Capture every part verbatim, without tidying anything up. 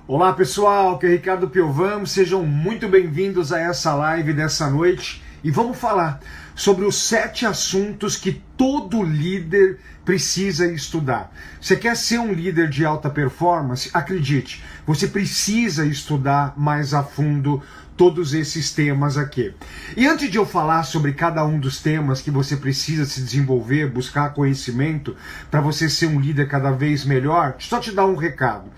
Olá pessoal, aqui é Ricardo Piovam, sejam muito bem-vindos a essa live dessa noite e vamos falar sobre os sete assuntos que todo líder precisa estudar. Você quer ser um líder de alta performance? Acredite, você precisa estudar mais a fundo todos esses temas aqui. E antes de eu falar sobre cada um dos temas que você precisa se desenvolver, buscar conhecimento para você ser um líder cada vez melhor, só te dar um recado.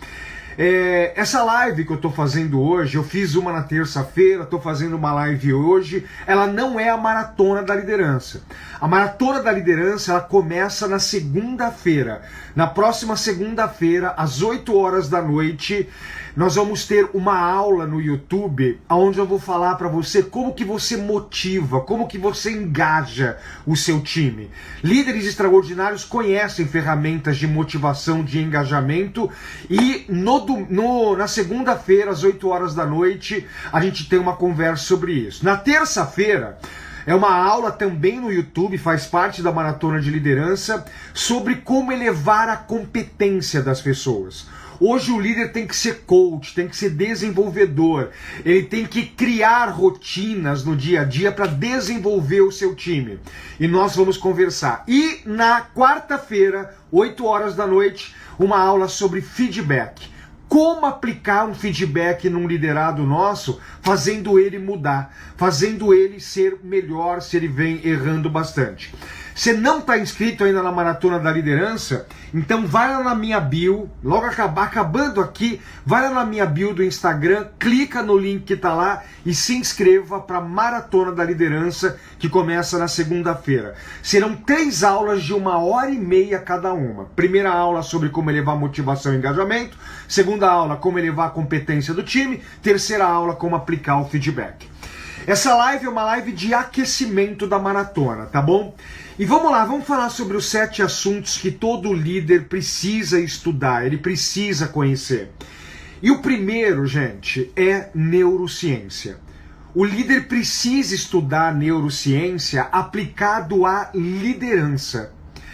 É, essa live que eu estou fazendo hoje, eu fiz uma na terça-feira, estou fazendo uma live hoje, ela não é a maratona da liderança. A maratona da liderança, ela começa na segunda-feira. Na próxima segunda-feira, às oito horas da noite, nós vamos ter uma aula no YouTube, onde eu vou falar para você como que você motiva, como que você engaja o seu time. Líderes extraordinários conhecem ferramentas de motivação, de engajamento, e no, no, na segunda-feira, às oito horas da noite, a gente tem uma conversa sobre isso. Na terça-feira, é uma aula também no YouTube, faz parte da Maratona de Liderança, sobre como elevar a competência das pessoas. Hoje o líder tem que ser coach, tem que ser desenvolvedor, ele tem que criar rotinas no dia a dia para desenvolver o seu time. E nós vamos conversar. E na quarta-feira, oito horas da noite, uma aula sobre feedback. Como aplicar um feedback num liderado nosso, fazendo ele mudar, fazendo ele ser melhor se ele vem errando bastante. Você não está inscrito ainda na Maratona da Liderança? Então vai lá na minha bio, logo acabar, acabando aqui, vai lá na minha bio do Instagram, clica no link que está lá e se inscreva para a Maratona da Liderança, que começa na segunda-feira. Serão três aulas de uma hora e meia cada uma. Primeira aula sobre como elevar motivação e engajamento, segunda aula como elevar a competência do time, terceira aula como aplicar o feedback. Essa live é uma live de aquecimento da maratona, tá bom? E vamos lá, vamos falar sobre os sete assuntos que todo líder precisa estudar, ele precisa conhecer. E o primeiro, gente, é neurociência. O líder precisa estudar neurociência aplicado à liderança.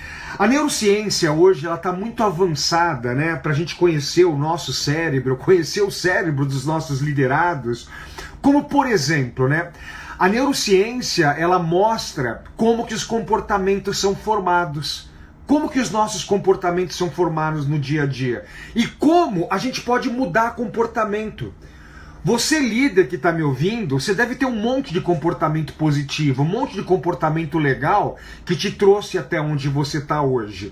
A neurociência hoje ela está muito avançada, né, para a gente conhecer o nosso cérebro, conhecer o cérebro dos nossos liderados. Como por exemplo, né, a neurociência ela mostra como que os comportamentos são formados, como que os nossos comportamentos são formados no dia a dia e como a gente pode mudar comportamento. Você líder que está me ouvindo, você deve ter um monte de comportamento positivo, um monte de comportamento legal que te trouxe até onde você está hoje.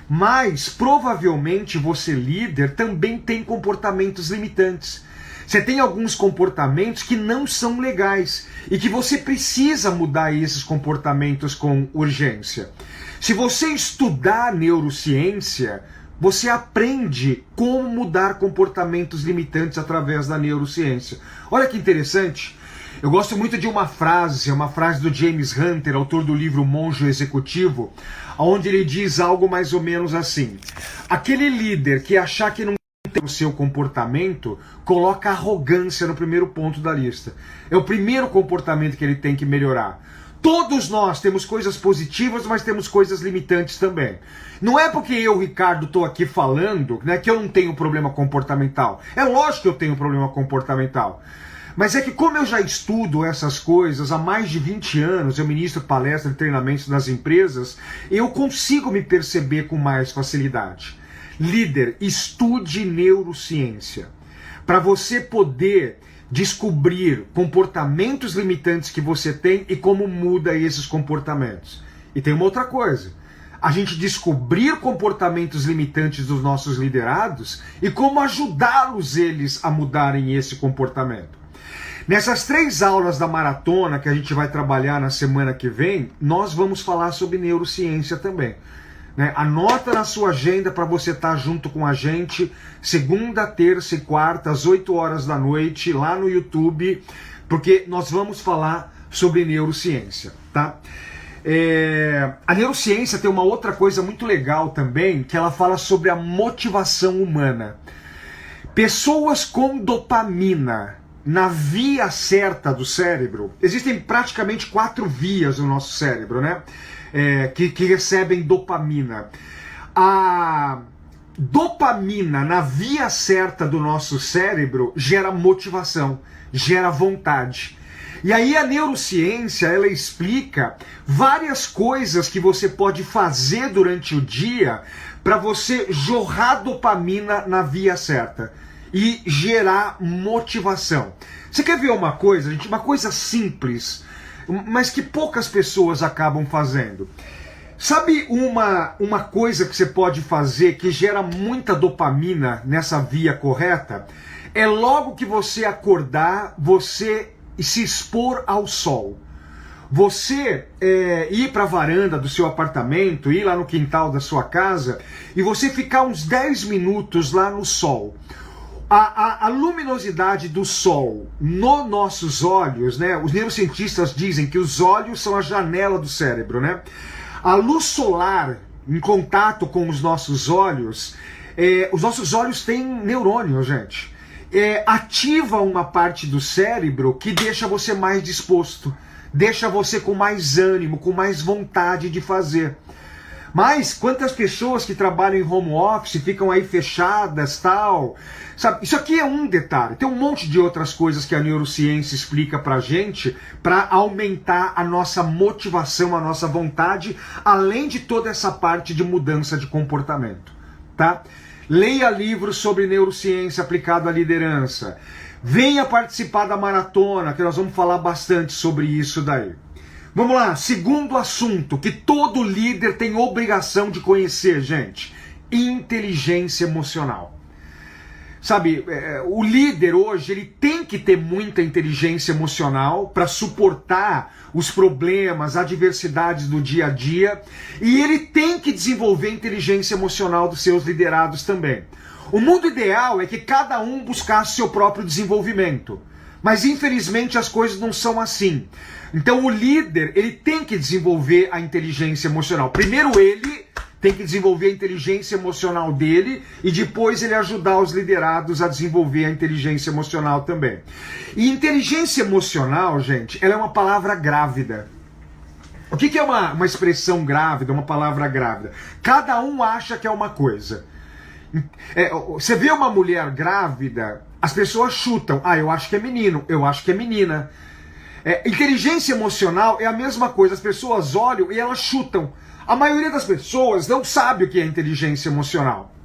Mas provavelmente você líder também tem comportamentos limitantes. Você tem alguns comportamentos que não são legais e que você precisa mudar esses comportamentos com urgência. Se você estudar neurociência, você aprende como mudar comportamentos limitantes através da neurociência. Olha que interessante. Eu gosto muito de uma frase, uma frase do James Hunter, autor do livro Monge Executivo, onde ele diz algo mais ou menos assim: aquele líder que achar que não o seu comportamento, coloca arrogância no primeiro ponto da lista. É o primeiro comportamento que ele tem que melhorar. Todos nós temos coisas positivas, mas temos coisas limitantes também. Não é porque eu, Ricardo, estou aqui falando, né, que eu não tenho problema comportamental. É lógico que eu tenho problema comportamental. Mas é que como eu já estudo essas coisas há mais de vinte anos, eu ministro palestras e treinamentos nas empresas, eu consigo me perceber com mais facilidade. Líder, estude neurociência para você poder descobrir comportamentos limitantes que você tem e como muda esses comportamentos. E tem uma outra coisa, a gente descobrir comportamentos limitantes dos nossos liderados e como ajudá-los eles a mudarem esse comportamento. Nessas três aulas da maratona que a gente vai trabalhar na semana que vem, nós vamos falar sobre neurociência também. Né? Anota na sua agenda para você estar junto com a gente segunda, terça e quarta, às oito horas da noite, lá no YouTube, porque nós vamos falar sobre neurociência, tá? É... A neurociência tem uma outra coisa muito legal também, que ela fala sobre a motivação humana. Pessoas com dopamina na via certa do cérebro, existem praticamente quatro vias no nosso cérebro, né? É, que, que recebem dopamina. A, dopamina na via certa do nosso cérebro gera motivação, gera vontade. E aí a neurociência, ela explica várias coisas que você pode fazer durante o dia para você jorrar dopamina na via certa e gerar motivação. Você quer ver uma coisa, gente? Uma coisa simples, mas que poucas pessoas acabam fazendo. Sabe uma, uma coisa que você pode fazer que gera muita dopamina nessa via correta? É logo que você acordar, você se expor ao sol. Você é, ir para a varanda do seu apartamento, ir lá no quintal da sua casa e você ficar uns dez minutos lá no sol. A, a, a luminosidade do sol nos nossos olhos, né? Os neurocientistas dizem que os olhos são a janela do cérebro, né? A luz solar em contato com os nossos olhos, é, os nossos olhos têm neurônios, gente. É, ativa uma parte do cérebro que deixa você mais disposto, deixa você com mais ânimo, com mais vontade de fazer. Mas quantas pessoas que trabalham em home office ficam aí fechadas, tal, sabe? Isso aqui é um detalhe. Tem um monte de outras coisas que a neurociência explica pra gente para aumentar a nossa motivação, a nossa vontade, além de toda essa parte de mudança de comportamento, tá? Leia livros sobre neurociência aplicado à liderança. Venha participar da maratona, que nós vamos falar bastante sobre isso daí. Vamos lá, segundo assunto que todo líder tem obrigação de conhecer, gente. Inteligência emocional. Sabe, o líder hoje, ele tem que ter muita inteligência emocional para suportar os problemas, adversidades do dia a dia, e ele tem que desenvolver a inteligência emocional dos seus liderados também. O mundo ideal é que cada um buscasse seu próprio desenvolvimento, mas infelizmente as coisas não são assim. Então o líder, ele tem que desenvolver a inteligência emocional. Primeiro ele tem que desenvolver a inteligência emocional dele e depois ele ajudar os liderados a desenvolver a inteligência emocional também. E inteligência emocional, gente, ela é uma palavra grávida. O que, que é uma, uma expressão grávida, uma palavra grávida? Cada um acha que é uma coisa. É, você vê uma mulher grávida, as pessoas chutam. Ah, eu acho que é menino, eu acho que é menina. É, inteligência emocional é a mesma coisa. As pessoas olham e elas chutam. A maioria das pessoas não sabe o que é inteligência emocional.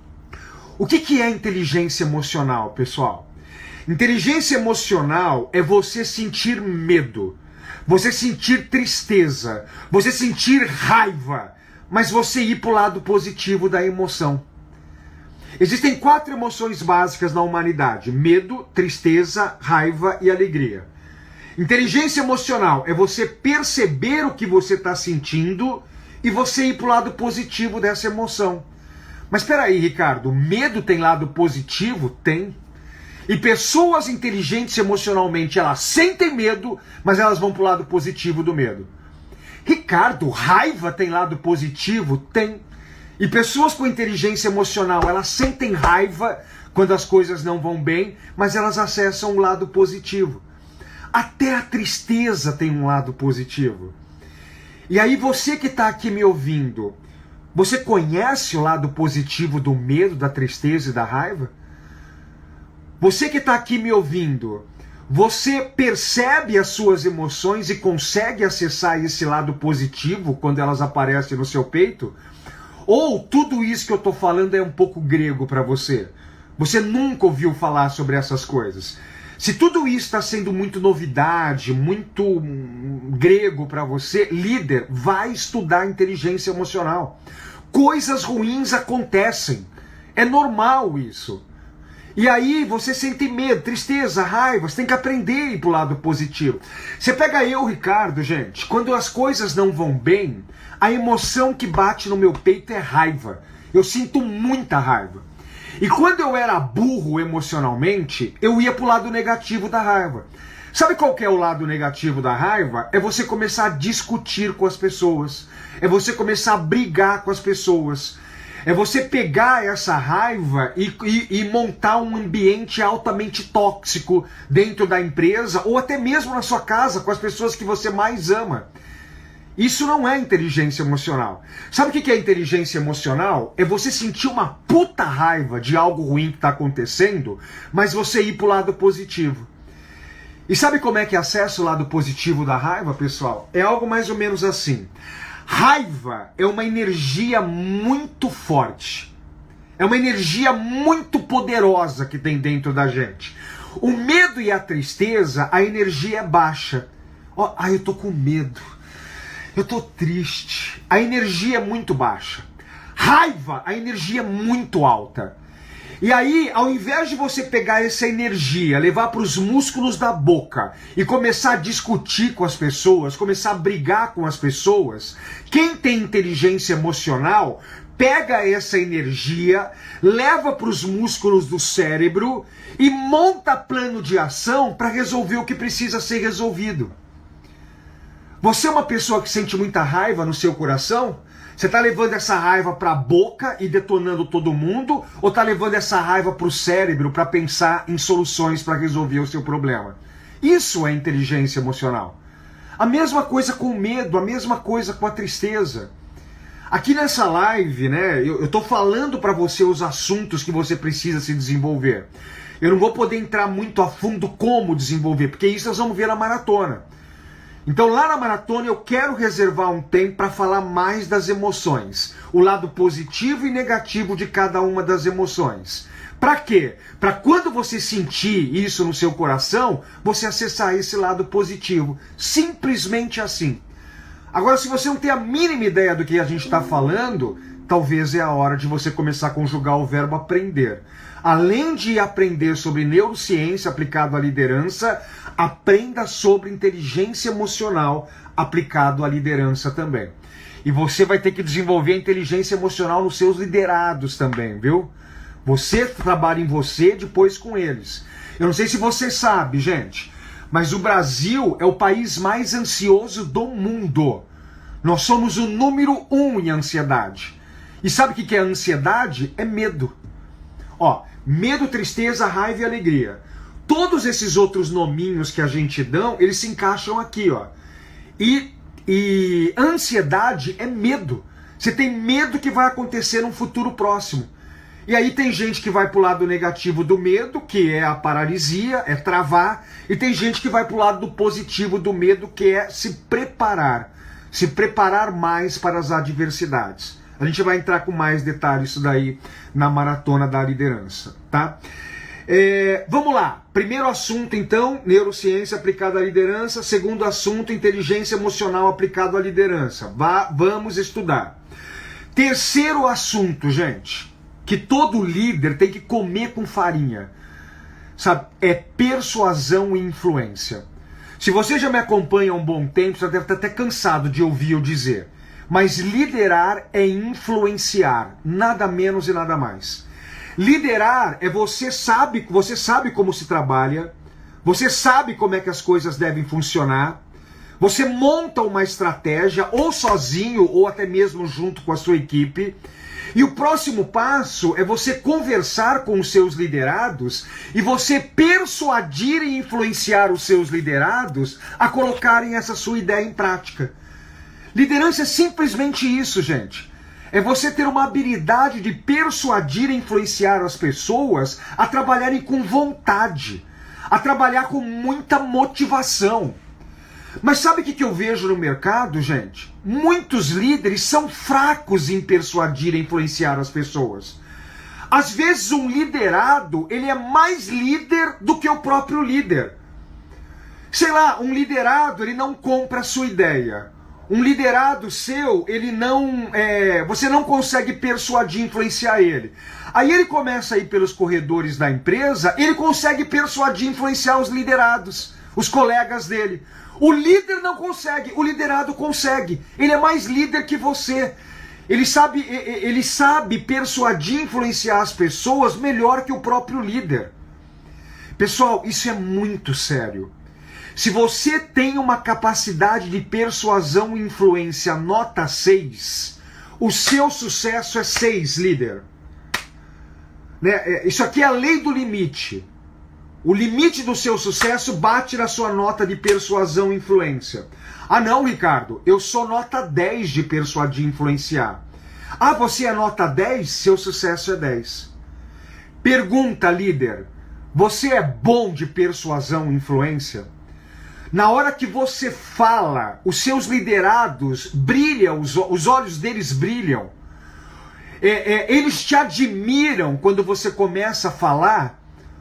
O que, que é inteligência emocional, pessoal? Inteligência emocional é você sentir medo, você sentir tristeza, você sentir raiva, mas você ir para o lado positivo da emoção. Existem quatro emoções básicas na humanidade: medo, tristeza, raiva e alegria. Inteligência emocional é você perceber o que você está sentindo e você ir para o lado positivo dessa emoção. Mas espera aí, Ricardo, medo tem lado positivo? Tem. E pessoas inteligentes emocionalmente, elas sentem medo, mas elas vão para o lado positivo do medo. Ricardo, raiva tem lado positivo? Tem. E pessoas com inteligência emocional, elas sentem raiva quando as coisas não vão bem, mas elas acessam o lado positivo. Até a tristeza tem um lado positivo. E aí você que está aqui me ouvindo, você conhece o lado positivo do medo, da tristeza e da raiva? Você que está aqui me ouvindo, você percebe as suas emoções e consegue acessar esse lado positivo quando elas aparecem no seu peito? Ou tudo isso que eu estou falando é um pouco grego para você? Você nunca ouviu falar sobre essas coisas? Se tudo isso está sendo muito novidade, muito hum, grego para você, líder, vai estudar inteligência emocional. Coisas ruins acontecem. É normal isso. E aí você sente medo, tristeza, raiva, você tem que aprender a ir pro lado positivo. Você pega eu, Ricardo, gente, quando as coisas não vão bem, a emoção que bate no meu peito é raiva. Eu sinto muita raiva. E quando eu era burro emocionalmente, eu ia pro lado negativo da raiva. Sabe qual que é o lado negativo da raiva? É você começar a discutir com as pessoas. É você começar a brigar com as pessoas. É você pegar essa raiva e, e, e montar um ambiente altamente tóxico dentro da empresa ou até mesmo na sua casa com as pessoas que você mais ama. Isso não é inteligência emocional. Sabe o que é inteligência emocional? É você sentir uma puta raiva de algo ruim que está acontecendo, mas você ir pro lado positivo. E sabe como é que acessa o lado positivo da raiva, pessoal? É algo mais ou menos assim. Raiva é uma energia muito forte. É uma energia muito poderosa que tem dentro da gente. O medo e a tristeza, a energia é baixa. Oh, ai, eu tô com medo. Eu tô triste. A energia é muito baixa. Raiva, a energia é muito alta. E aí, ao invés de você pegar essa energia, levar para os músculos da boca e começar a discutir com as pessoas, começar a brigar com as pessoas, quem tem inteligência emocional pega essa energia, leva para os músculos do cérebro e monta plano de ação para resolver o que precisa ser resolvido. Você é uma pessoa que sente muita raiva no seu coração? Você está levando essa raiva para a boca e detonando todo mundo? Ou está levando essa raiva para o cérebro para pensar em soluções para resolver o seu problema? Isso é inteligência emocional. A mesma coisa com o medo, a mesma coisa com a tristeza. Aqui nessa live, né, eu estou falando para você os assuntos que você precisa se desenvolver. Eu não vou poder entrar muito a fundo como desenvolver, porque isso nós vamos ver na maratona. Então lá na maratona eu quero reservar um tempo para falar mais das emoções, o lado positivo e negativo de cada uma das emoções. Para quê? Para quando você sentir isso no seu coração, você acessar esse lado positivo. Simplesmente assim. Agora, se você não tem a mínima ideia do que a gente está falando, talvez é a hora de você começar a conjugar o verbo aprender. Além de aprender sobre neurociência aplicado à liderança, aprenda sobre inteligência emocional aplicado à liderança também. E você vai ter que desenvolver a inteligência emocional nos seus liderados também, viu? Você trabalha em você, depois com eles. Eu não sei se você sabe, gente, mas o Brasil é o país mais ansioso do mundo. Nós somos o número um em ansiedade. E sabe o que é ansiedade? É medo. Ó, medo, tristeza, raiva e alegria. Todos esses outros nominhos que a gente dá, eles se encaixam aqui, ó. E, e ansiedade é medo. Você tem medo que vai acontecer num futuro próximo. E aí tem gente que vai pro lado negativo do medo, que é a paralisia, é travar. E tem gente que vai pro lado do positivo do medo, que é se preparar. Se preparar mais para as adversidades. A gente vai entrar com mais detalhes isso daí na maratona da liderança, tá? É, vamos lá. Primeiro assunto, então, neurociência aplicada à liderança. Segundo assunto, inteligência emocional aplicada à liderança. Vá, vamos estudar. Terceiro assunto, gente, que todo líder tem que comer com farinha, sabe? É persuasão e influência. Se você já me acompanha há um bom tempo, você deve estar até cansado de ouvir eu dizer. Mas liderar é influenciar, nada menos e nada mais. Liderar é você sabe, você sabe como se trabalha, você sabe como é que as coisas devem funcionar, você monta uma estratégia, ou sozinho, ou até mesmo junto com a sua equipe, e o próximo passo é você conversar com os seus liderados e você persuadir e influenciar os seus liderados a colocarem essa sua ideia em prática. Liderança é simplesmente isso, gente. É você ter uma habilidade de persuadir e influenciar as pessoas a trabalharem com vontade, a trabalhar com muita motivação. Mas sabe o que eu vejo no mercado, gente? Muitos líderes são fracos em persuadir e influenciar as pessoas. Às vezes um liderado, ele é mais líder do que o próprio líder. Sei lá, um liderado, ele não compra a sua ideia. Um liderado seu, ele não, é, você não consegue persuadir, influenciar ele. Aí ele começa a ir pelos corredores da empresa, ele consegue persuadir, influenciar os liderados, os colegas dele. O líder não consegue, o liderado consegue. Ele é mais líder que você. Ele sabe, ele sabe persuadir, influenciar as pessoas melhor que o próprio líder. Pessoal, isso é muito sério. Se você tem uma capacidade de persuasão e influência nota seis, o seu sucesso é seis, líder. Né? Isso aqui é a lei do limite. O limite do seu sucesso bate na sua nota de persuasão e influência. Ah não, Ricardo, eu sou nota dez de persuadir e influenciar. Ah, você é nota dez? Seu sucesso é dez. Pergunta, líder, você é bom de persuasão e influência? Na hora que você fala, os seus liderados brilham, os, os olhos deles brilham. É, é, eles te admiram quando você começa a falar.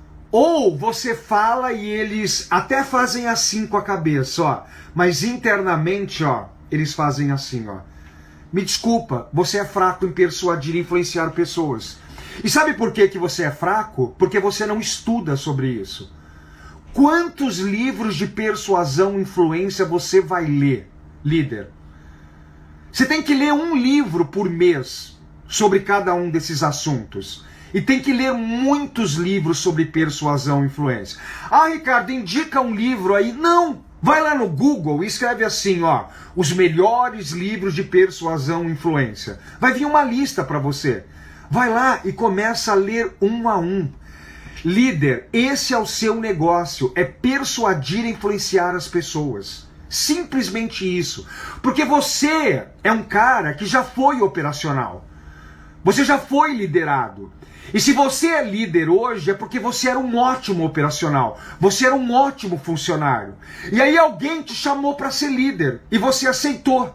Ou você fala e eles até fazem assim com a cabeça, ó. Mas internamente, ó, eles fazem assim, ó. Me desculpa, você é fraco em persuadir e influenciar pessoas. E sabe por que, que você é fraco? Porque você não estuda sobre isso. Quantos livros de persuasão e influência você vai ler, líder? Você tem que ler um livro por mês sobre cada um desses assuntos. E tem que ler muitos livros sobre persuasão e influência. Ah, Ricardo, indica um livro aí. Não! Vai lá no Google e escreve assim, ó, os melhores livros de persuasão e influência. Vai vir uma lista para você. Vai lá e começa a ler um a um. Líder, esse é o seu negócio, é persuadir e influenciar as pessoas. Simplesmente isso. Porque você é um cara que já foi operacional. Você já foi liderado. E se você é líder hoje, é porque você era um ótimo operacional. Você era um ótimo funcionário. E aí alguém te chamou para ser líder. E você aceitou.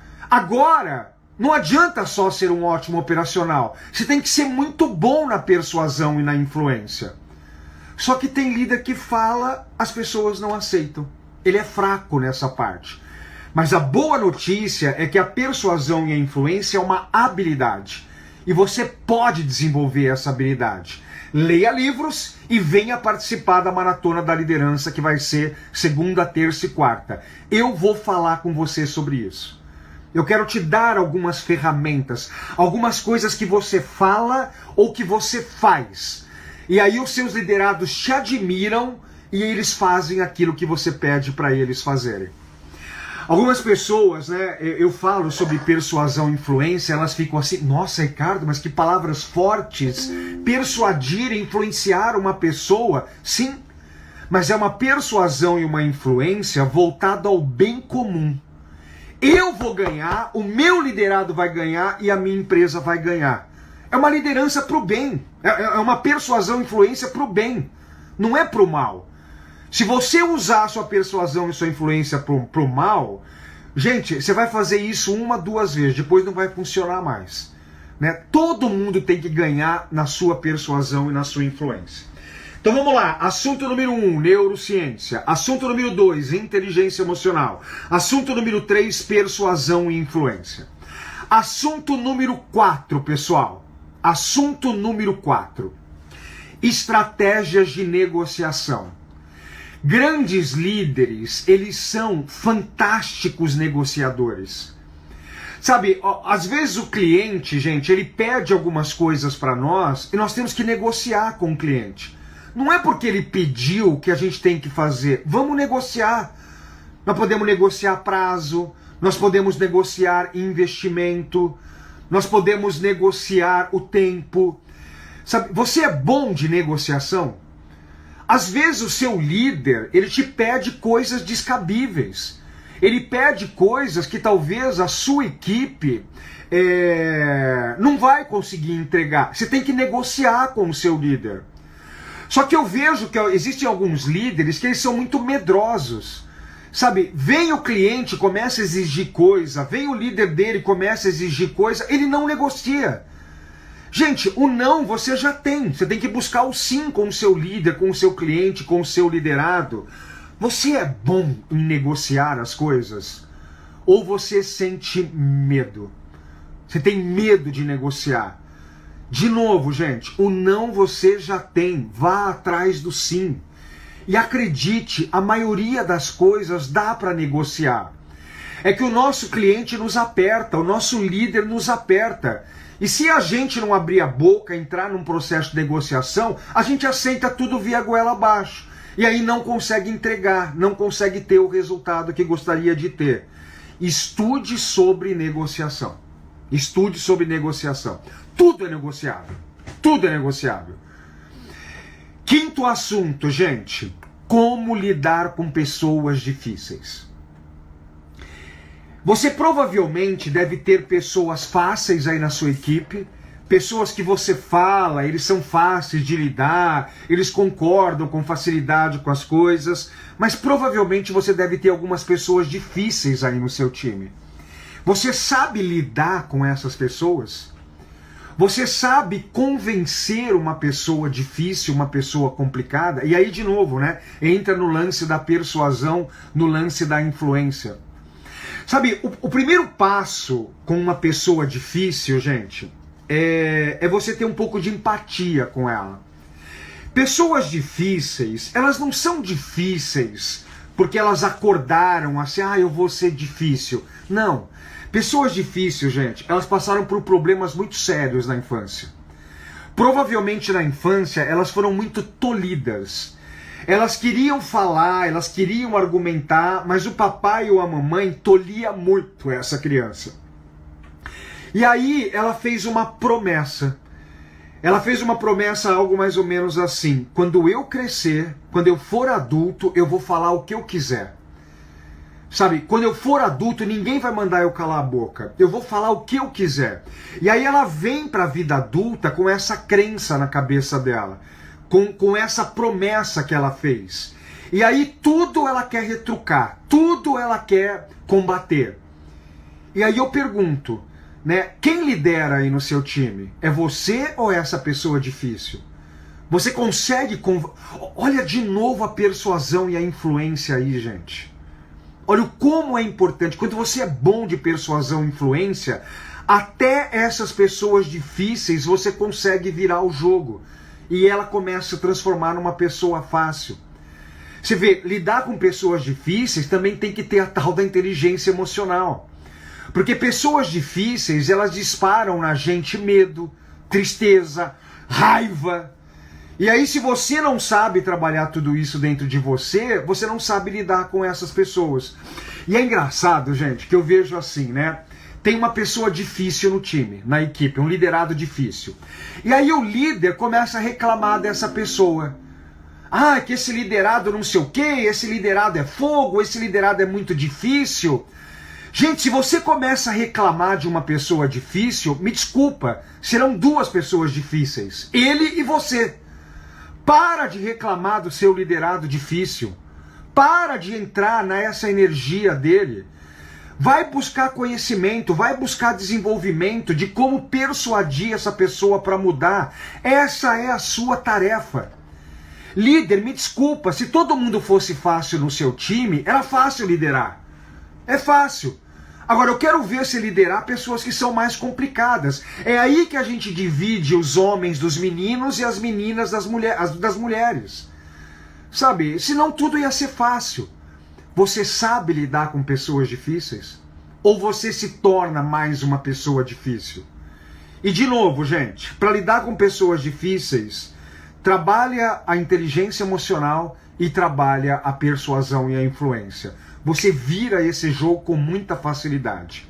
Agora, não adianta só ser um ótimo operacional. Você tem que ser muito bom na persuasão e na influência. Só que tem líder que fala, as pessoas não aceitam. Ele é fraco nessa parte. Mas a boa notícia é que a persuasão e a influência é uma habilidade. E você pode desenvolver essa habilidade. Leia livros e venha participar da Maratona da Liderança, que vai ser segunda, terça e quarta. Eu vou falar com você sobre isso. Eu quero te dar algumas ferramentas, algumas coisas que você fala ou que você faz. E aí os seus liderados te admiram e eles fazem aquilo que você pede para eles fazerem. Algumas pessoas, né, eu falo sobre persuasão e influência, elas ficam assim, nossa, Ricardo, mas que palavras fortes, persuadir e influenciar uma pessoa, sim, mas é uma persuasão e uma influência voltada ao bem comum. Eu vou ganhar, o meu liderado vai ganhar e a minha empresa vai ganhar. É uma liderança para o bem, é uma persuasão e influência para o bem, não é para o mal. Se você usar a sua persuasão e sua influência pro, pro mal, gente, você vai fazer isso uma, duas vezes, depois não vai funcionar mais. Né? Todo mundo tem que ganhar na sua persuasão e na sua influência. Então vamos lá, assunto número um, neurociência. Assunto número dois, inteligência emocional. Assunto número três, persuasão e influência. Assunto número quatro, pessoal. Assunto número quatro, estratégias de negociação. Grandes líderes, eles são fantásticos negociadores. Sabe, às vezes o cliente, gente, ele pede algumas coisas para nós e nós temos que negociar com o cliente. Não é porque ele pediu que a gente tem que fazer. Vamos negociar. Nós podemos negociar prazo, nós podemos negociar investimento, nós podemos negociar o tempo. Sabe, você é bom de negociação? Às vezes o seu líder, ele te pede coisas descabíveis. Ele pede coisas que talvez a sua equipe é, não vai conseguir entregar. Você tem que negociar com o seu líder. Só que eu vejo que existem alguns líderes que eles são muito medrosos. Sabe, vem o cliente, começa a exigir coisa, vem o líder dele, começa a exigir coisa, ele não negocia. Gente, o não você já tem. Você tem que buscar o sim com o seu líder, com o seu cliente, com o seu liderado. Você é bom em negociar as coisas? Ou você sente medo? Você tem medo de negociar? De novo, gente, o não você já tem. Vá atrás do sim. E acredite, a maioria das coisas dá para negociar. É que o nosso cliente nos aperta, o nosso líder nos aperta. E se a gente não abrir a boca, entrar num processo de negociação, a gente aceita tudo via goela abaixo. E aí não consegue entregar, não consegue ter o resultado que gostaria de ter. Estude sobre negociação. Estude sobre negociação. Tudo é negociável. Tudo é negociável. Quinto assunto, gente. Como lidar com pessoas difíceis. Você provavelmente deve ter pessoas fáceis aí na sua equipe, pessoas que você fala, eles são fáceis de lidar, eles concordam com facilidade com as coisas, mas provavelmente você deve ter algumas pessoas difíceis aí no seu time. Você sabe lidar com essas pessoas? Você sabe convencer uma pessoa difícil, uma pessoa complicada? E aí, de novo, né? Entra no lance da persuasão, no lance da influência. Sabe, o, o primeiro passo com uma pessoa difícil, gente, é, é você ter um pouco de empatia com ela. Pessoas difíceis, elas não são difíceis porque elas acordaram assim, ah, eu vou ser difícil. Não. Pessoas difíceis, gente, elas passaram por problemas muito sérios na infância. Provavelmente na infância elas foram muito tolhidas. Elas queriam falar, elas queriam argumentar, mas o papai ou a mamãe tolhia muito essa criança. E aí ela fez uma promessa. Ela fez uma promessa, algo mais ou menos assim: quando eu crescer, quando eu for adulto, eu vou falar o que eu quiser. Sabe, quando eu for adulto, ninguém vai mandar eu calar a boca. Eu vou falar o que eu quiser. E aí ela vem para a vida adulta com essa crença na cabeça dela. Com, com essa promessa que ela fez. E aí tudo ela quer retrucar. Tudo ela quer combater. E aí eu pergunto, né? Quem lidera aí no seu time? É você ou é essa pessoa difícil? Você consegue... Conv... Olha de novo a persuasão e a influência aí, gente. Olha como é importante. Quando você é bom de persuasão e influência, até essas pessoas difíceis você consegue virar o jogo. E ela começa a se transformar numa pessoa fácil. Você vê, lidar com pessoas difíceis também tem que ter a tal da inteligência emocional. Porque pessoas difíceis, elas disparam na gente medo, tristeza, raiva. E aí, se você não sabe trabalhar tudo isso dentro de você, você não sabe lidar com essas pessoas. E é engraçado, gente, que eu vejo assim, né? Tem uma pessoa difícil no time, na equipe, um liderado difícil. E aí o líder começa a reclamar dessa pessoa. Ah, que esse liderado não sei o quê, esse liderado é fogo, esse liderado é muito difícil. Gente, se você começa a reclamar de uma pessoa difícil, me desculpa, serão duas pessoas difíceis, ele e você. Para de reclamar do seu liderado difícil. Para de entrar nessa energia dele. Vai buscar conhecimento, vai buscar desenvolvimento de como persuadir essa pessoa para mudar. Essa é a sua tarefa. Líder, me desculpa, se todo mundo fosse fácil no seu time, era fácil liderar. É fácil. Agora, eu quero ver se liderar pessoas que são mais complicadas. É aí que a gente divide os homens dos meninos e as meninas das, mulher, das mulheres. Sabe, senão tudo ia ser fácil. Você sabe lidar com pessoas difíceis? Ou você se torna mais uma pessoa difícil? E de novo, gente, para lidar com pessoas difíceis, trabalha a inteligência emocional e trabalha a persuasão e a influência. Você vira esse jogo com muita facilidade.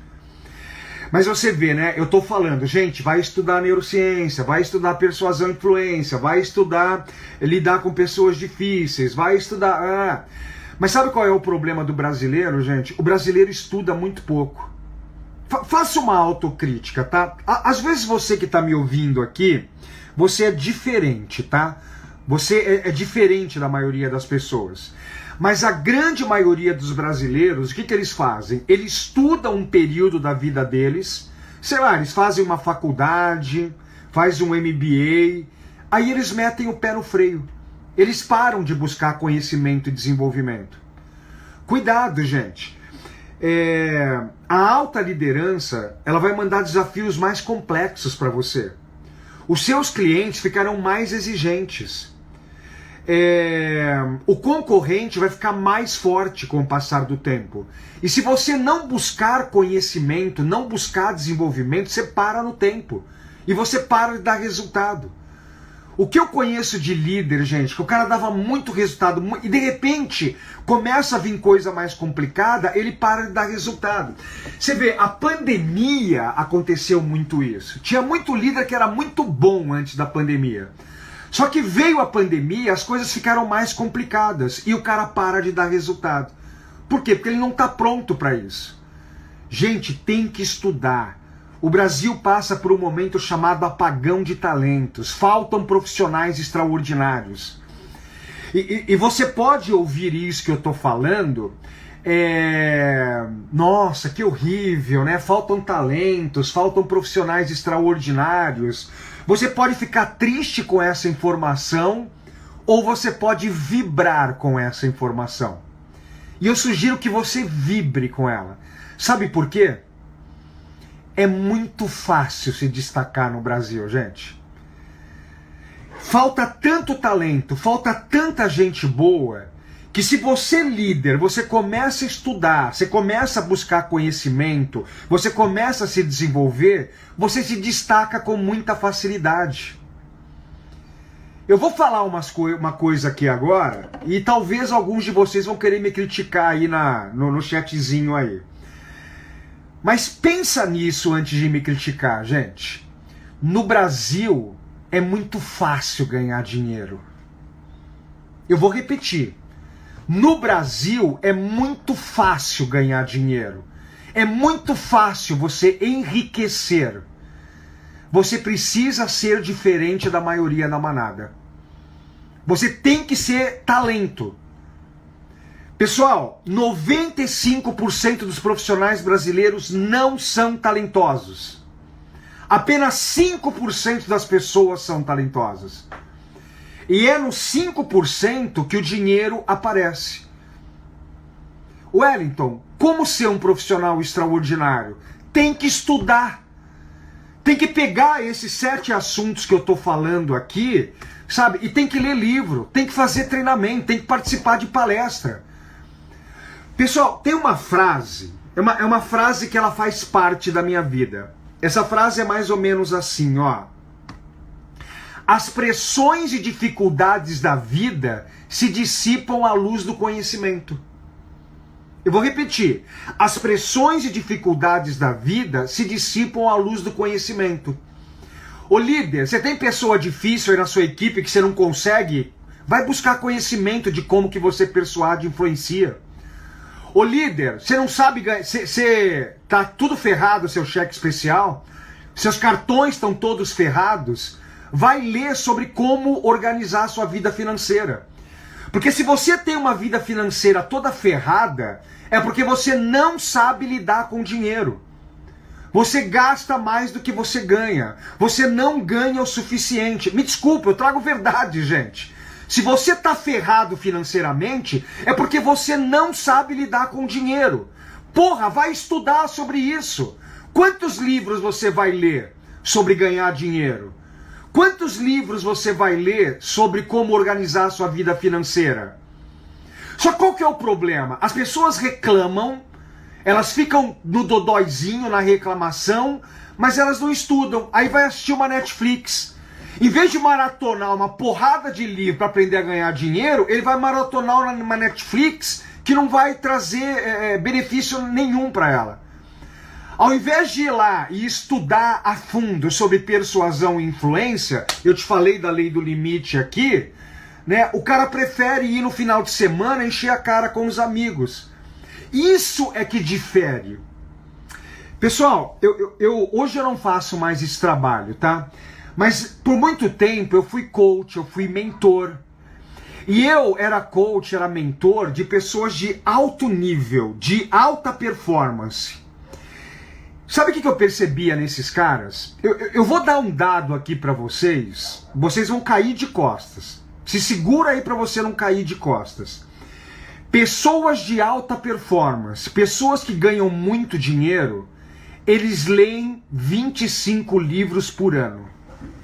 Mas você vê, né? Eu tô falando, gente, vai estudar neurociência, vai estudar persuasão e influência, vai estudar lidar com pessoas difíceis, vai estudar... Ah. Mas sabe qual é o problema do brasileiro, gente? O brasileiro estuda muito pouco. Fa- faça uma autocrítica, tá? Às vezes você que tá me ouvindo aqui, você é diferente, tá? Você é, é diferente da maioria das pessoas. Mas a grande maioria dos brasileiros, o que, que eles fazem? Eles estudam um período da vida deles, sei lá, eles fazem uma faculdade, fazem um M B A, aí eles metem o pé no freio. Eles param de buscar conhecimento e desenvolvimento. Cuidado, gente. É, a alta liderança, ela vai mandar desafios mais complexos para você. Os seus clientes ficarão mais exigentes. É, o concorrente vai ficar mais forte com o passar do tempo. E se você não buscar conhecimento, não buscar desenvolvimento, você para no tempo. E você para de dar resultado. O que eu conheço de líder, gente, que o cara dava muito resultado e de repente começa a vir coisa mais complicada, ele para de dar resultado. Você vê, a pandemia aconteceu muito isso. Tinha muito líder que era muito bom antes da pandemia. Só que veio a pandemia, as coisas ficaram mais complicadas e o cara para de dar resultado. Por quê? Porque ele não está pronto para isso. Gente, tem que estudar. O Brasil passa por um momento chamado apagão de talentos. Faltam profissionais extraordinários. E, e, e você pode ouvir isso que eu estou falando. É... Nossa, que horrível, né? Faltam talentos, faltam profissionais extraordinários. Você pode ficar triste com essa informação ou você pode vibrar com essa informação. E eu sugiro que você vibre com ela. Sabe por quê? É muito fácil se destacar no Brasil, gente. Falta tanto talento, falta tanta gente boa, que se você líder, você começa a estudar, você começa a buscar conhecimento, você começa a se desenvolver, você se destaca com muita facilidade. Eu vou falar umas co uma coisa aqui agora, e talvez alguns de vocês vão querer me criticar aí na, no, no chatzinho aí. Mas pensa nisso antes de me criticar, gente. No Brasil é muito fácil ganhar dinheiro. Eu vou repetir. No Brasil é muito fácil ganhar dinheiro. É muito fácil você enriquecer. Você precisa ser diferente da maioria da manada. Você tem que ser talento. Pessoal, noventa e cinco por cento dos profissionais brasileiros não são talentosos. Apenas cinco por cento das pessoas são talentosas. E é nos cinco por cento que o dinheiro aparece. Wellington, como ser um profissional extraordinário? Tem que estudar. Tem que pegar esses sete assuntos que eu estou falando aqui, sabe? E tem que ler livro, tem que fazer treinamento, tem que participar de palestra. Pessoal, tem uma frase, é uma, é uma frase que ela faz parte da minha vida. Essa frase é mais ou menos assim, ó. As pressões e dificuldades da vida se dissipam à luz do conhecimento. Eu vou repetir. As pressões e dificuldades da vida se dissipam à luz do conhecimento. Ô líder, você tem pessoa difícil aí na sua equipe que você não consegue? Vai buscar conhecimento de como que você persuade e influencia. Ô líder, você não sabe, você, você tá tudo ferrado, seu cheque especial, seus cartões estão todos ferrados, vai ler sobre como organizar a sua vida financeira. Porque se você tem uma vida financeira toda ferrada, é porque você não sabe lidar com dinheiro. Você gasta mais do que você ganha. Você não ganha o suficiente. Me desculpa, eu trago verdade, gente. Se você está ferrado financeiramente, é porque você não sabe lidar com dinheiro. Porra, vai estudar sobre isso. Quantos livros você vai ler sobre ganhar dinheiro? Quantos livros você vai ler sobre como organizar a sua vida financeira? Só qual que é o problema? As pessoas reclamam, elas ficam no dodóizinho, na reclamação, mas elas não estudam. Aí vai assistir uma Netflix. Em vez de maratonar uma porrada de livro para aprender a ganhar dinheiro, ele vai maratonar uma Netflix que não vai trazer é, benefício nenhum para ela. Ao invés de ir lá e estudar a fundo sobre persuasão e influência, eu te falei da lei do limite aqui, né? O cara prefere ir no final de semana encher a cara com os amigos. Isso é que difere. Pessoal, eu, eu, eu, hoje eu não faço mais esse trabalho, tá? Mas por muito tempo eu fui coach, eu fui mentor. E eu era coach, era mentor de pessoas de alto nível, de alta performance. Sabe o que eu percebia nesses caras? Eu, eu, eu vou dar um dado aqui para vocês, vocês vão cair de costas. Se segura aí para você não cair de costas. Pessoas de alta performance, pessoas que ganham muito dinheiro, eles leem vinte e cinco livros por ano.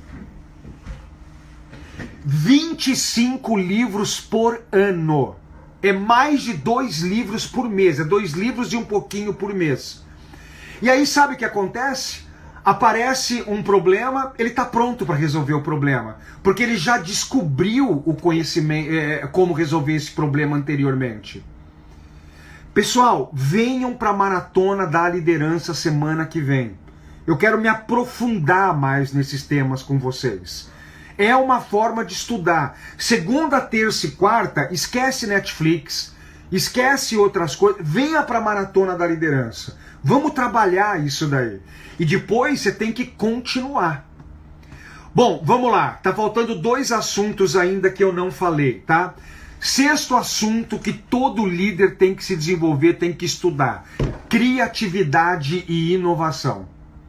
vinte e cinco livros por ano. É mais de dois livros por mês. É dois livros e um pouquinho por mês. E aí sabe o que acontece? Aparece um problema, ele está pronto para resolver o problema. Porque ele já descobriu o conhecimento, é, como resolver esse problema anteriormente. Pessoal, venham para a Maratona da Liderança semana que vem. Eu quero me aprofundar mais nesses temas com vocês. É uma forma de estudar. Segunda, terça e quarta, esquece Netflix, esquece outras coisas, venha para a Maratona da Liderança. Vamos trabalhar isso daí. E depois você tem que continuar. Bom, vamos lá. Tá faltando dois assuntos ainda que eu não falei, tá? Sexto assunto que todo líder tem que se desenvolver, tem que estudar: criatividade e inovação.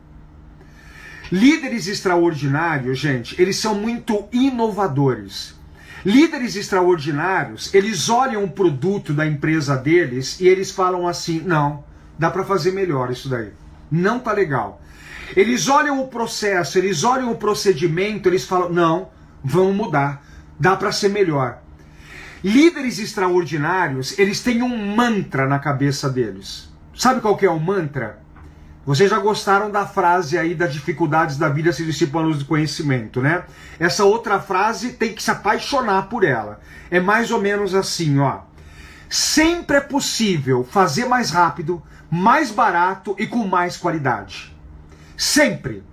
Líderes extraordinários, gente, eles são muito inovadores. Líderes extraordinários, eles olham o produto da empresa deles e eles falam assim: não, dá para fazer melhor isso daí. Não tá legal. Eles olham o processo, eles olham o procedimento, eles falam: não, vamos mudar, dá para ser melhor. Líderes extraordinários, eles têm um mantra na cabeça deles. Sabe qual que é o mantra? Vocês já gostaram da frase aí das dificuldades da vida se dissipam à luz do conhecimento, né? Essa outra frase tem que se apaixonar por ela. É mais ou menos assim, ó. Sempre é possível fazer mais rápido, mais barato e com mais qualidade. Sempre.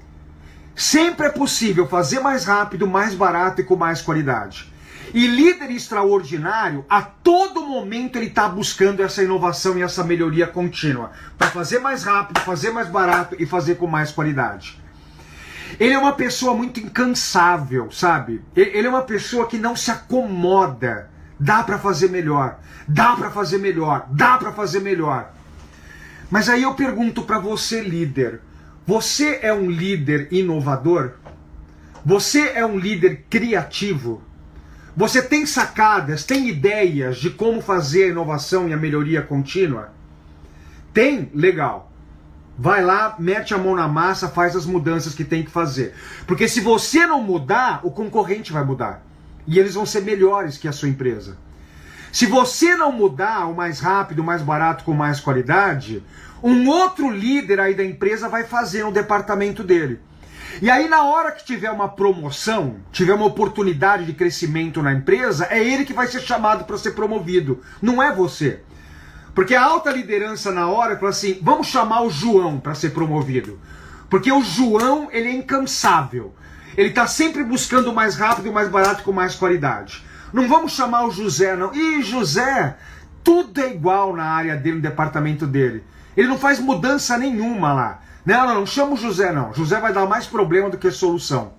Sempre é possível fazer mais rápido, mais barato e com mais qualidade. E líder extraordinário, a todo momento ele está buscando essa inovação e essa melhoria contínua. Para fazer mais rápido, fazer mais barato e fazer com mais qualidade. Ele é uma pessoa muito incansável, sabe? Ele é uma pessoa que não se acomoda. Dá para fazer melhor, dá para fazer melhor, dá para fazer melhor. Mas aí eu pergunto para você, líder. Você é um líder inovador? Você é um líder criativo? Você tem sacadas, tem ideias de como fazer a inovação e a melhoria contínua? Tem? Legal. Vai lá, mete a mão na massa, faz as mudanças que tem que fazer. Porque se você não mudar, o concorrente vai mudar. E eles vão ser melhores que a sua empresa. Se você não mudar o mais rápido, o mais barato, com mais qualidade, um outro líder aí da empresa vai fazer no departamento dele. E aí na hora que tiver uma promoção, tiver uma oportunidade de crescimento na empresa, é ele que vai ser chamado para ser promovido, não é você. Porque a alta liderança na hora fala assim: vamos chamar o João para ser promovido. Porque o João, ele é incansável. Ele está sempre buscando o mais rápido, o mais barato, com mais qualidade. Não vamos chamar o José, não. Ih, José, tudo é igual na área dele, no departamento dele. Ele não faz mudança nenhuma lá. Não, não, não chama o José, não. José vai dar mais problema do que solução.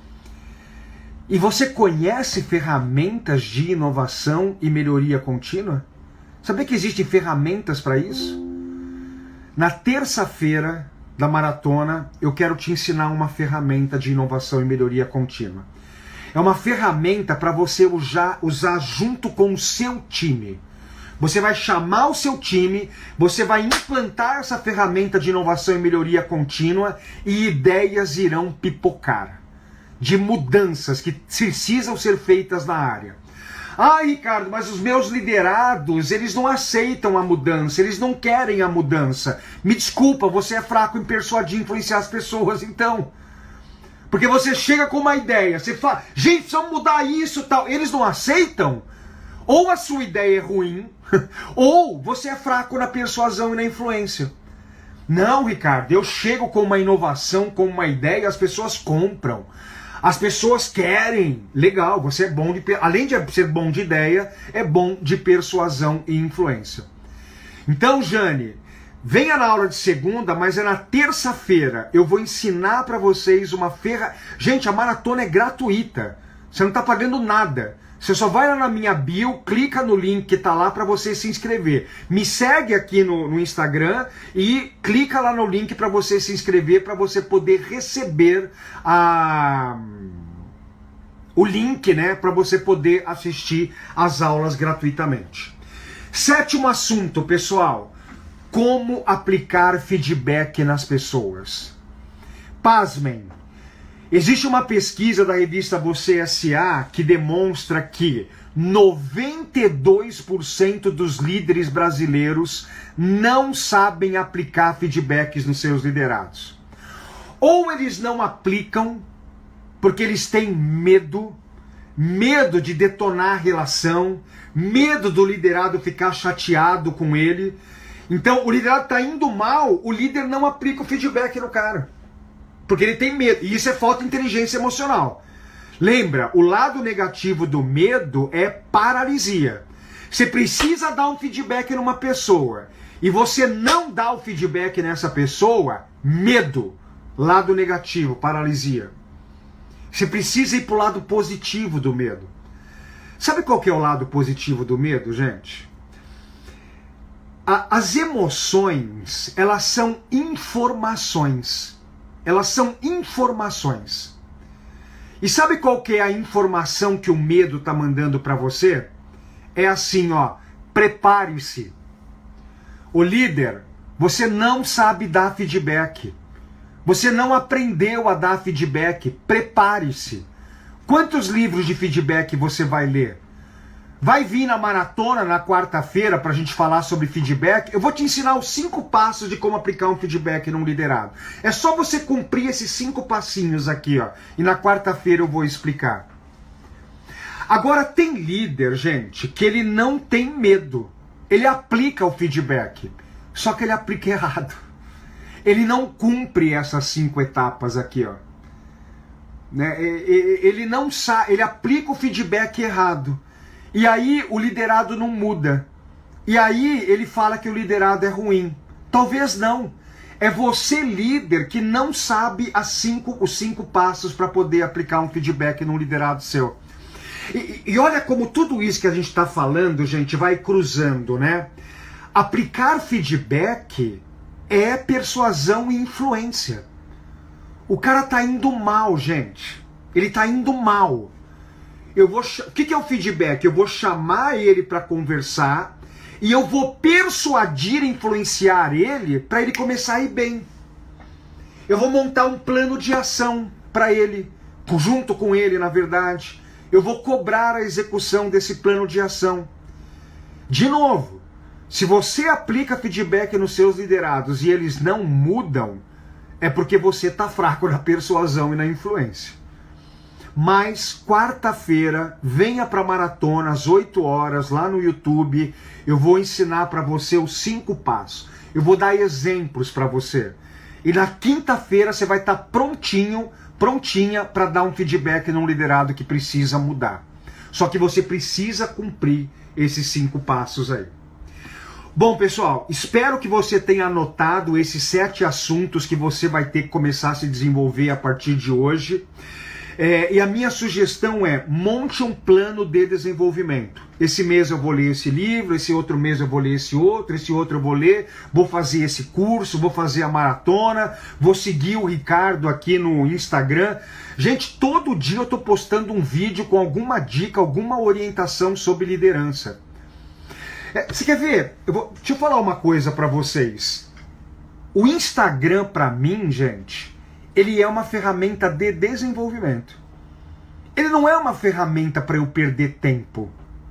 E você conhece ferramentas de inovação e melhoria contínua? Sabia que existem ferramentas para isso? Na terça-feira da maratona, eu quero te ensinar uma ferramenta de inovação e melhoria contínua. É uma ferramenta para você usar, usar junto com o seu time. Você vai chamar o seu time, você vai implantar essa ferramenta de inovação e melhoria contínua e ideias irão pipocar de mudanças que precisam ser feitas na área. Ah, Ricardo, mas os meus liderados, eles não aceitam a mudança, eles não querem a mudança. Me desculpa, você é fraco em persuadir, influenciar as pessoas, então. Porque você chega com uma ideia, você fala: gente, precisamos mudar isso e tal. Eles não aceitam? Ou a sua ideia é ruim, ou você é fraco na persuasão e na influência. Não, Ricardo, eu chego com uma inovação, com uma ideia, as pessoas compram. As pessoas querem. Legal, você é bom de... Além de ser bom de ideia, é bom de persuasão e influência. Então, Jane, venha na aula de segunda, mas é na terça-feira. Eu vou ensinar para vocês uma ferramenta. Gente, a maratona é gratuita. Você não está pagando nada. Você só vai lá na minha bio, clica no link que está lá para você se inscrever. Me segue aqui no, no Instagram e clica lá no link para você se inscrever, para você poder receber a, o link, né, para você poder assistir as aulas gratuitamente. Sétimo assunto, pessoal: como aplicar feedback nas pessoas. Pasmem. Existe uma pesquisa da revista Você S A que demonstra que noventa e dois por cento dos líderes brasileiros não sabem aplicar feedbacks nos seus liderados. Ou eles não aplicam porque eles têm medo, medo de detonar a relação, medo do liderado ficar chateado com ele. Então o liderado está indo mal, o líder não aplica o feedback no cara. Porque ele tem medo. E isso é falta de inteligência emocional. Lembra, o lado negativo do medo é paralisia. Você precisa dar um feedback numa pessoa e você não dá o feedback nessa pessoa, medo. Lado negativo, paralisia. Você precisa ir para o lado positivo do medo. Sabe qual que é o lado positivo do medo, gente? A, as emoções, elas são informações. Elas são informações. E sabe qual que é a informação que o medo está mandando para você? É assim, ó, prepare-se. O líder, você não sabe dar feedback. Você não aprendeu a dar feedback. Prepare-se. Quantos livros de feedback você vai ler? Vai vir na maratona na quarta-feira para a gente falar sobre feedback. Eu vou te ensinar os cinco passos de como aplicar um feedback num liderado. É só você cumprir esses cinco passinhos aqui, ó. E na quarta-feira eu vou explicar. Agora tem líder, gente, que ele não tem medo. Ele aplica o feedback. Só que ele aplica errado. Ele não cumpre essas cinco etapas aqui, ó. Né? Ele não sabe, ele aplica o feedback errado. E aí o liderado não muda. E aí ele fala que o liderado é ruim. Talvez não. É você, líder, que não sabe as cinco, os cinco passos para poder aplicar um feedback num liderado seu. E, e olha como tudo isso que a gente está falando, gente, vai cruzando, né? Aplicar feedback é persuasão e influência. O cara tá indo mal, gente. Ele tá indo mal. Eu vou, o que, que é o feedback? Eu vou chamar ele para conversar e eu vou persuadir, influenciar ele para ele começar a ir bem. Eu vou montar um plano de ação para ele, junto com ele, na verdade. Eu vou cobrar a execução desse plano de ação. De novo, se você aplica feedback nos seus liderados e eles não mudam, é porque você está fraco na persuasão e na influência. Mas quarta-feira, venha para a maratona às oito horas lá no YouTube. Eu vou ensinar para você os cinco passos. Eu vou dar exemplos para você. E na quinta-feira você vai estar tá prontinho, prontinha para dar um feedback num liderado que precisa mudar. Só que você precisa cumprir esses cinco passos aí. Bom, pessoal, espero que você tenha anotado esses sete assuntos que você vai ter que começar a se desenvolver a partir de hoje. É, e a minha sugestão é, monte um plano de desenvolvimento. Esse mês eu vou ler esse livro, esse outro mês eu vou ler esse outro, esse outro eu vou ler, vou fazer esse curso, vou fazer a maratona, vou seguir o Ricardo aqui no Instagram. Gente, todo dia eu estou postando um vídeo com alguma dica, alguma orientação sobre liderança. É, você quer ver? Eu vou, deixa eu falar uma coisa para vocês. O Instagram, para mim, gente, ele é uma ferramenta de desenvolvimento. Ele não é uma ferramenta para eu perder tempo.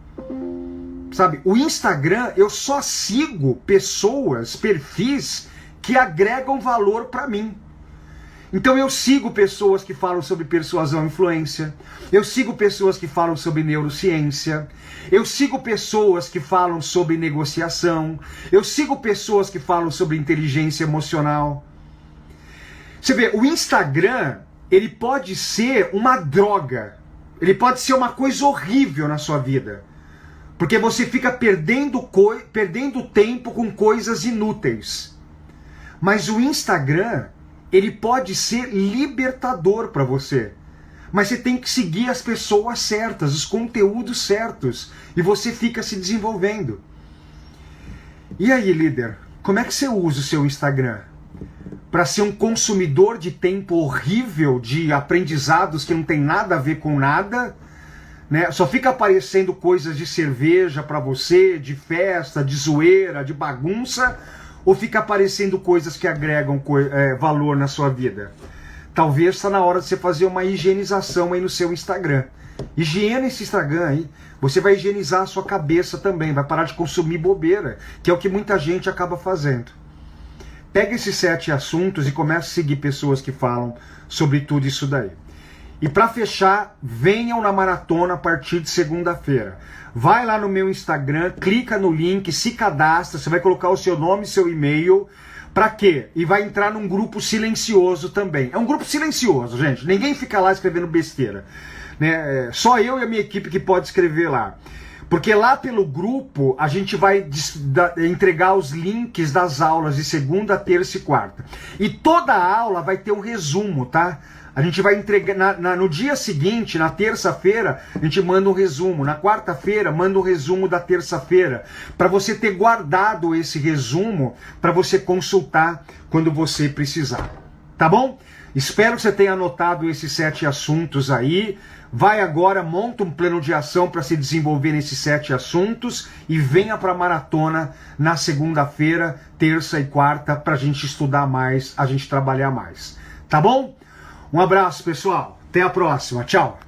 Sabe, o Instagram, eu só sigo pessoas, perfis que agregam valor para mim. Então eu sigo pessoas que falam sobre persuasão e influência, eu sigo pessoas que falam sobre neurociência, eu sigo pessoas que falam sobre negociação, eu sigo pessoas que falam sobre inteligência emocional. Você vê, o Instagram, ele pode ser uma droga, ele pode ser uma coisa horrível na sua vida, porque você fica perdendo, co- perdendo tempo com coisas inúteis. Mas o Instagram, ele pode ser libertador para você. Mas você tem que seguir as pessoas certas, os conteúdos certos, e você fica se desenvolvendo. E aí, líder, como é que você usa o seu Instagram? Para ser um consumidor de tempo horrível, de aprendizados que não tem nada a ver com nada, né? Só fica aparecendo coisas de cerveja para você, de festa, de zoeira, de bagunça, ou fica aparecendo coisas que agregam é, valor na sua vida? Talvez está na hora de você fazer uma higienização aí no seu Instagram. Higiene esse Instagram aí. Você vai higienizar a sua cabeça também, vai parar de consumir bobeira, que é o que muita gente acaba fazendo. Pega esses sete assuntos e comece a seguir pessoas que falam sobre tudo isso daí. E para fechar, venham na maratona a partir de segunda-feira. Vai lá no meu Instagram, clica no link, se cadastra, você vai colocar o seu nome e seu e-mail. Para quê? E vai entrar num grupo silencioso também. É um grupo silencioso, gente. Ninguém fica lá escrevendo besteira. né? Só eu e a minha equipe que pode escrever lá. Porque lá pelo grupo a gente vai entregar os links das aulas de segunda, terça e quarta. E toda aula vai ter um resumo, tá? A gente vai entregar, na, na, no dia seguinte, na terça-feira, a gente manda um resumo. Na quarta-feira, manda um resumo da terça-feira. Para você ter guardado esse resumo, para você consultar quando você precisar. Tá bom? Espero que você tenha anotado esses sete assuntos aí. Vai agora, monta um plano de ação para se desenvolver nesses sete assuntos e venha para a maratona na segunda-feira, terça e quarta, para a gente estudar mais, a gente trabalhar mais. Tá bom? Um abraço, pessoal. Até a próxima. Tchau.